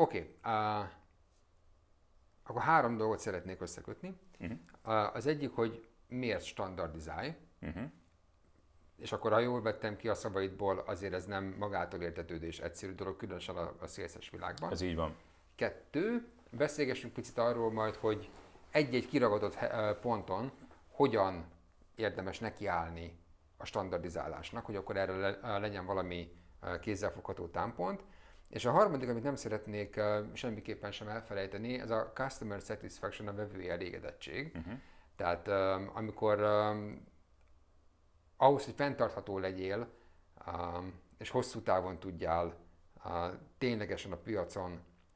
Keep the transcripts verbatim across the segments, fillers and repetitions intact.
Oké, okay. uh, akkor három dolgot szeretnék összekötni. Uh-huh. Uh, az egyik, hogy miért standardizálj, uh-huh. és akkor ha jól vettem ki a szavaidból, azért ez nem magától értetődő és egyszerű dolog, különösen a, a szélszes világban. Ez így van. Kettő, beszélgessünk picit arról majd, hogy egy-egy kiragadott ponton hogyan érdemes nekiállni a standardizálásnak, hogy akkor erre le, legyen valami kézzelfogható támpont. És a harmadik, amit nem szeretnék semmiképpen sem elfelejteni, ez a customer satisfaction, a vevői elégedettség. Uh-huh. Tehát amikor ahhoz, hogy fenntartható legyél, és hosszú távon tudjál ténylegesen a piacon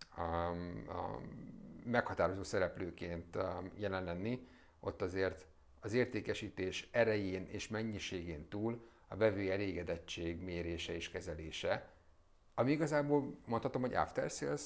meghatározó szereplőként jelen lenni, ott azért az értékesítés erején és mennyiségén túl a vevői elégedettség mérése és kezelése, ami igazából mondhatom, hogy after sales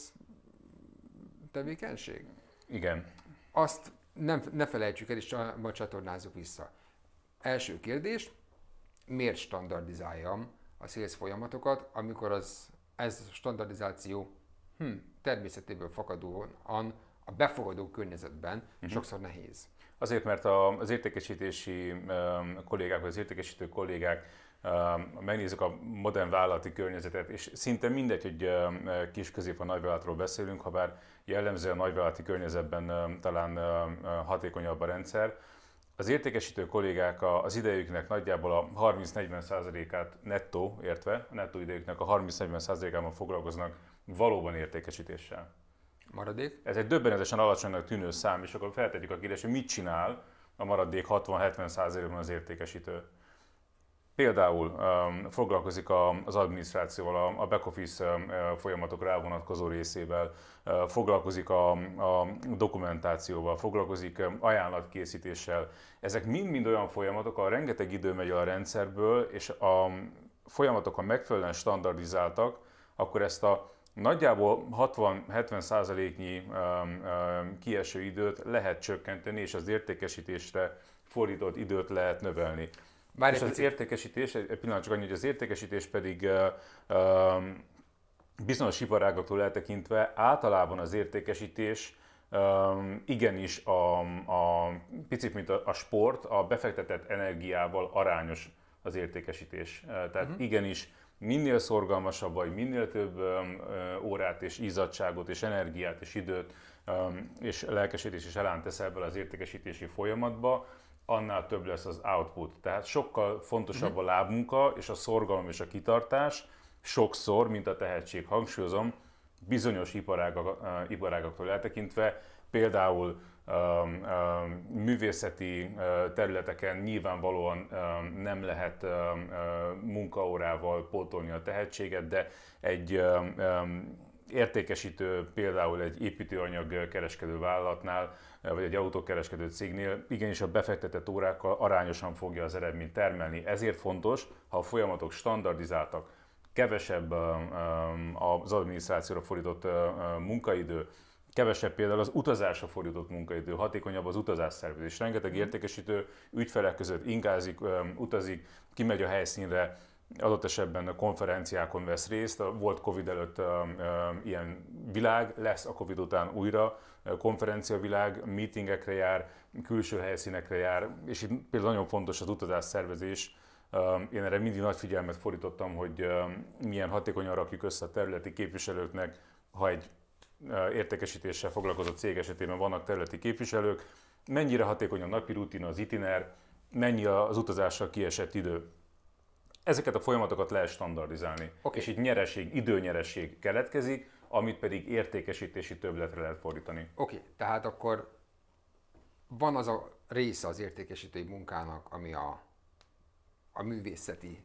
tevékenység. Igen. Azt nem, ne felejtsük el, és majd csatornázzuk vissza. Első kérdés, miért standardizáljam a sales folyamatokat, amikor az, ez a standardizáció hm, természetéből fakadóan a befogadó környezetben uh-huh. sokszor nehéz. Azért, mert az értékesítési kollégák, vagy az értékesítő kollégák megnézzük a modern vállalati környezetet, és szinte mindegy, hogy kis, közép, a nagyvállalatról beszélünk, ha bár jellemző a nagyvállalati környezetben talán hatékonyabb a rendszer. Az értékesítő kollégák az idejüknek nagyjából a harminc-negyven százalékát nettó értve, a nettó idejüknek a harminc-negyven százalékában foglalkoznak valóban értékesítéssel. Maradék? Ez egy döbbenetesen alacsonynak tűnő szám, és akkor feltetjük a kérdést, hogy mit csinál a maradék hatvan-hetven százalékban az értékesítő. Például um, foglalkozik a, az adminisztrációval, a, a back-office um, folyamatok rávonatkozó részével, uh, foglalkozik a, a dokumentációval, foglalkozik um, ajánlatkészítéssel. Ezek mind-mind olyan folyamatok, ahol rengeteg idő megy a rendszerből, és a folyamatok, ha megfelelően standardizáltak, akkor ezt a nagyjából hatvan-hetven százaléknyi um, um, kieső időt lehet csökkenteni, és az értékesítésre fordított időt lehet növelni. Bár és az értékesítés, egy pillanat csak annyi, hogy az értékesítés pedig uh, uh, bizonyos iparágaktól eltekintve általában az értékesítés uh, igenis a, a picit, mint a, a sport, a befektetett energiával arányos az értékesítés. Uh, tehát uh-huh. igenis minél szorgalmasabb vagy, minél több um, órát és izzadságot és energiát és időt um, és lelkesedés és elánt teszel ebből az értékesítési folyamatba, annál több lesz az output. Tehát sokkal fontosabb a lábmunka és a szorgalom és a kitartás, sokszor, mint a tehetség. Hangsúlyozom, bizonyos iparágak, uh, iparágaktól eltekintve, például um, um, művészeti uh, területeken nyilvánvalóan um, nem lehet um, uh, munkaórával pótolni a tehetséget, de egy um, um, értékesítő, például egy építőanyag kereskedő vállalatnál, vagy egy autókereskedő cégnél igenis a befektetett órákkal arányosan fogja az eredményt termelni. Ezért fontos, ha a folyamatok standardizáltak, kevesebb az adminisztrációra fordított munkaidő, kevesebb például az utazásra fordított munkaidő, hatékonyabb az utazásszervezés. Rengeteg értékesítő ügyfelek között ingázik, utazik, kimegy a helyszínre, adott esetben a konferenciákon vesz részt, volt Covid előtt uh, uh, ilyen világ, lesz a Covid után újra uh, konferenciavilág, meetingekre jár, külső helyszínekre jár, és itt például nagyon fontos az utazásszervezés. Uh, én erre mindig nagy figyelmet fordítottam, hogy uh, milyen hatékonyan rakjuk össze a területi képviselőknek, ha egy uh, értékesítéssel foglalkozó cég esetében vannak területi képviselők, mennyire hatékony a napi rutin, az itiner, mennyi az utazással kiesett idő. Ezeket a folyamatokat lehet standardizálni, okay. És így nyereség, időnyereség keletkezik, amit pedig értékesítési többletre lehet fordítani. Oké, okay. Tehát akkor van az a része az értékesítői munkának, ami a, a művészeti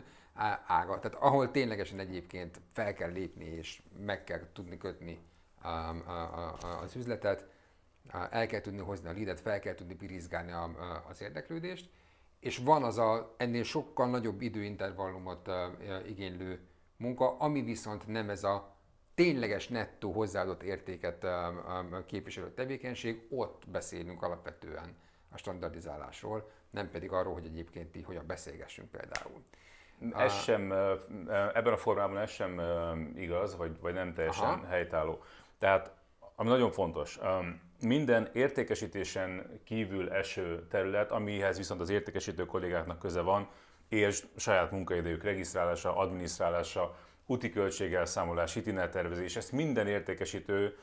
ága, tehát ahol ténylegesen egyébként fel kell lépni és meg kell tudni kötni a, a, a, az üzletet, el kell tudni hozni a leadet, fel kell tudni pirizgálni a, a, az érdeklődést, és van az a ennél sokkal nagyobb időintervallumot uh, igénylő munka, ami viszont nem ez a tényleges nettó hozzáadott értéket uh, uh, képviselő tevékenység, ott beszélünk alapvetően a standardizálásról, nem pedig arról, hogy egyébként így hogyan beszélgessünk például. Ez sem, ebben a formában ez sem igaz, vagy, vagy nem teljesen Aha. helytálló. Tehát, ami nagyon fontos, minden értékesítésen kívül eső terület, amihez viszont az értékesítő kollégáknak köze van, és saját munkaidejük regisztrálása, adminisztrálása, úti költségelszámolás, itinertervezés, ezt minden értékesítő,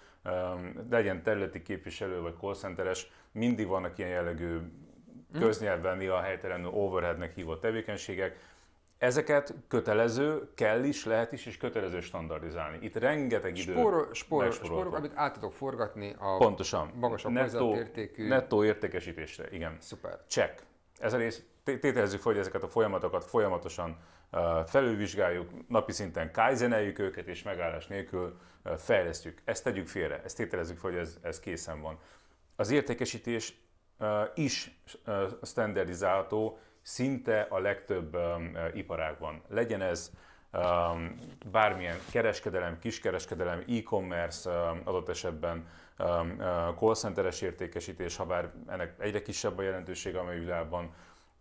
legyen területi képviselő vagy call centeres, mindig vannak ilyen jellegű köznyelvben néha helytelenül overheadnek hívott tevékenységek. Ezeket kötelező, kell is, lehet is, és kötelező standardizálni. Itt rengeteg idő spórok, spórok, spórok, amit át tudok forgatni a Pontosan. magasabb hozzáértékű... Nettó értékesítésre, igen. Szuper. Check. Ez a rész, tételezzük fel, hogy ezeket a folyamatokat folyamatosan uh, felülvizsgáljuk, napi szinten kaizeneljük őket, és megállás nélkül uh, fejlesztjük. Ezt tegyük félre, ezt tételezzük fel, hogy ez, ez készen van. Az értékesítés uh, is uh, standardizálható, szinte a legtöbb um, iparágban. Legyen ez um, bármilyen kereskedelem, kiskereskedelem, e-commerce, um, adott esetben um, uh, call centeres értékesítés, ha bár ennek egyre kisebb a jelentősége a világban,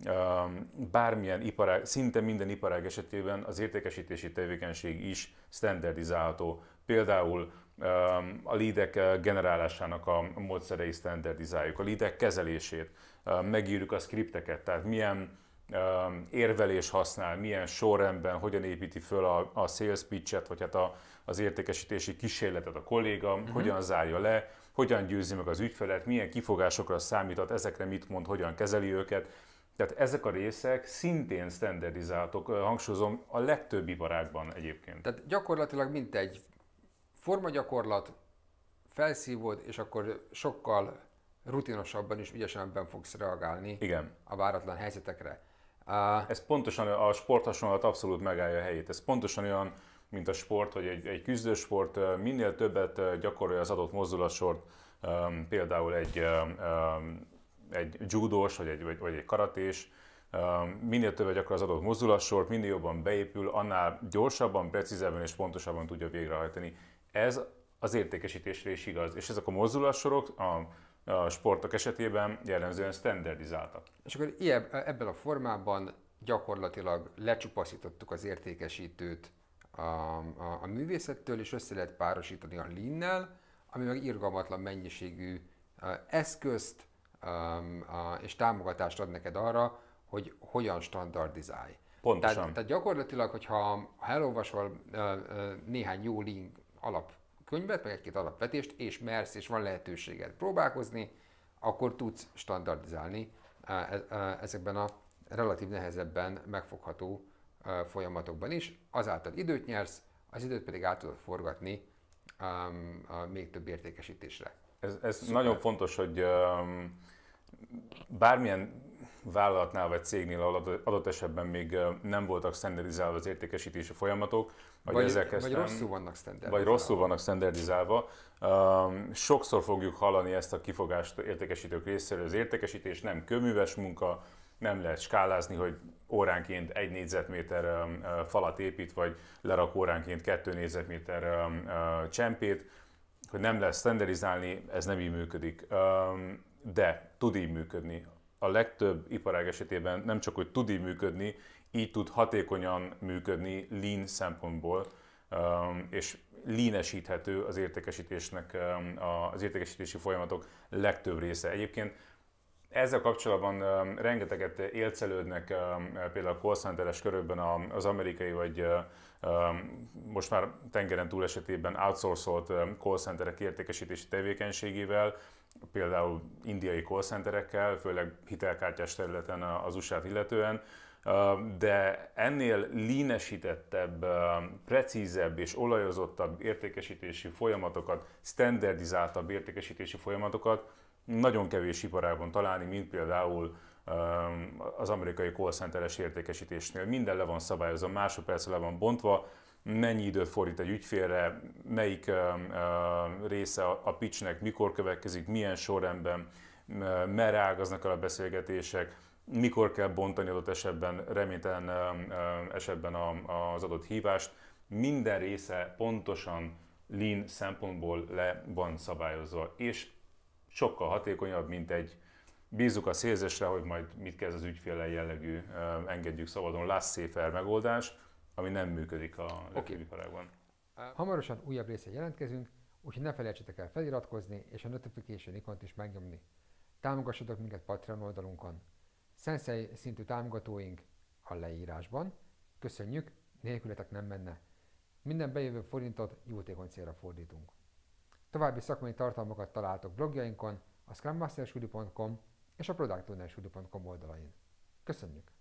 um, bármilyen iparág, szinte minden iparág esetében az értékesítési tevékenység is standardizálható. Például um, a leadek generálásának a módszerei standardizáljuk, a leadek kezelését, megírjuk a skripteket, tehát milyen um, érvelés használ, milyen sorrendben, hogyan építi föl a, a sales pitchet, vagy hát a, az értékesítési kísérletet a kolléga, uh-huh. hogyan zárja le, hogyan győzi meg az ügyfelet, milyen kifogásokra számíthat, ezekre mit mond, hogyan kezeli őket. Tehát ezek a részek szintén standardizáltok, hangsúlyozom, a legtöbb iparágban egyébként. Tehát gyakorlatilag mint egy formagyakorlat, felszívod, és akkor sokkal rutinosabban és ügyesebben fogsz reagálni Igen. a váratlan helyzetekre. Uh, Ez pontosan a sporthasonlat abszolút megállja a helyét. Ez pontosan olyan, mint a sport, hogy egy, egy küzdősport minél többet gyakorolja az adott mozdulatsort, um, például egy, um, egy judós vagy egy, vagy, vagy egy karatés, um, minél többet gyakorol az adott mozdulatsort, minél jobban beépül, annál gyorsabban, precízebben és pontosabban tudja végrehajtani. Ez az értékesítésre is igaz. És ezek a mozdulatsorok a a sportok esetében jellemzően standardizáltak. És akkor ilyen, ebben a formában gyakorlatilag lecsupaszítottuk az értékesítőt a, a, a művészettől, és össze lehet párosítani a lean-nel, ami meg irgalmatlan mennyiségű uh, eszközt um, uh, és támogatást ad neked arra, hogy hogyan standardizálj. Pontosan. Tehát, tehát gyakorlatilag, hogyha ha elolvasol uh, uh, néhány jó lean alap könyvet, meg egy-két alapvetést, és mersz, és van lehetőséged próbálkozni, akkor tudsz standardizálni ezekben a relatív nehezebben megfogható folyamatokban is. Azáltal időt nyersz, az időt pedig át tudod forgatni um, a még több értékesítésre. Ez, ez nagyon fontos, hogy um, bármilyen vállalatnál vagy cégnél adott esetben még nem voltak standardizálva az értékesítési folyamatok, vagy, vagy, ezek vagy rosszul vannak standardizálva. Vagy rosszul vannak standardizálva. Um, sokszor fogjuk hallani ezt a kifogást értékesítők részéről. Az értékesítés nem kőműves munka, nem lehet skálázni, hogy óránként egy négyzetméter um, falat épít, vagy lerak óránként kettő négyzetméter um, uh, csempét, hogy nem lehet standardizálni, ez nem így működik. Um, de tud így működni. A legtöbb iparág esetében nem csak, hogy tud így működni, így tud hatékonyan működni lean szempontból, és leanesíthető az értékesítésnek, az értékesítési folyamatok legtöbb része. Egyébként ezzel kapcsolatban rengeteget élcelődnek például a call centeres körökben az amerikai, vagy most már tengeren túl esetében outsourcolt call centerek értékesítési tevékenységével, például indiai call centerekkel, főleg hitelkártyás területen az u es á-t illetően, de ennél leanesítettebb, precízebb és olajozottabb értékesítési folyamatokat, standardizáltabb értékesítési folyamatokat nagyon kevés iparágban találni, mint például az amerikai call centeres értékesítésnél. Minden le van szabályozva, másodpercre le van bontva, mennyi időt fordít egy ügyfélre, melyik uh, uh, része a pitchnek, mikor következik, milyen sorrendben, uh, merre ágaznak el a beszélgetések, mikor kell bontani adott esetben, reménytelen uh, uh, esetben a, az adott hívást. Minden része pontosan lean szempontból le van szabályozva, és sokkal hatékonyabb, mint egy Bízzuk a szélzésre, hogy majd mit kezd az ügyféllel jellegű, engedjük szabadon, laissez-faire megoldás, ami nem működik a repülőiparágban. Okay. Hamarosan újabb részre jelentkezünk, úgyhogy ne felejtsetek el feliratkozni és a notification ikont is megnyomni. Támogassatok minket Patreon oldalunkon. Sensei szintű támogatóink a leírásban. Köszönjük, nélkületek nem menne. Minden bejövő forintot jótékony célra fordítunk. További szakmai tartalmakat találtok blogjainkon, a scrum master studio pont com és a product owner studio pont com oldalain. Köszönjük!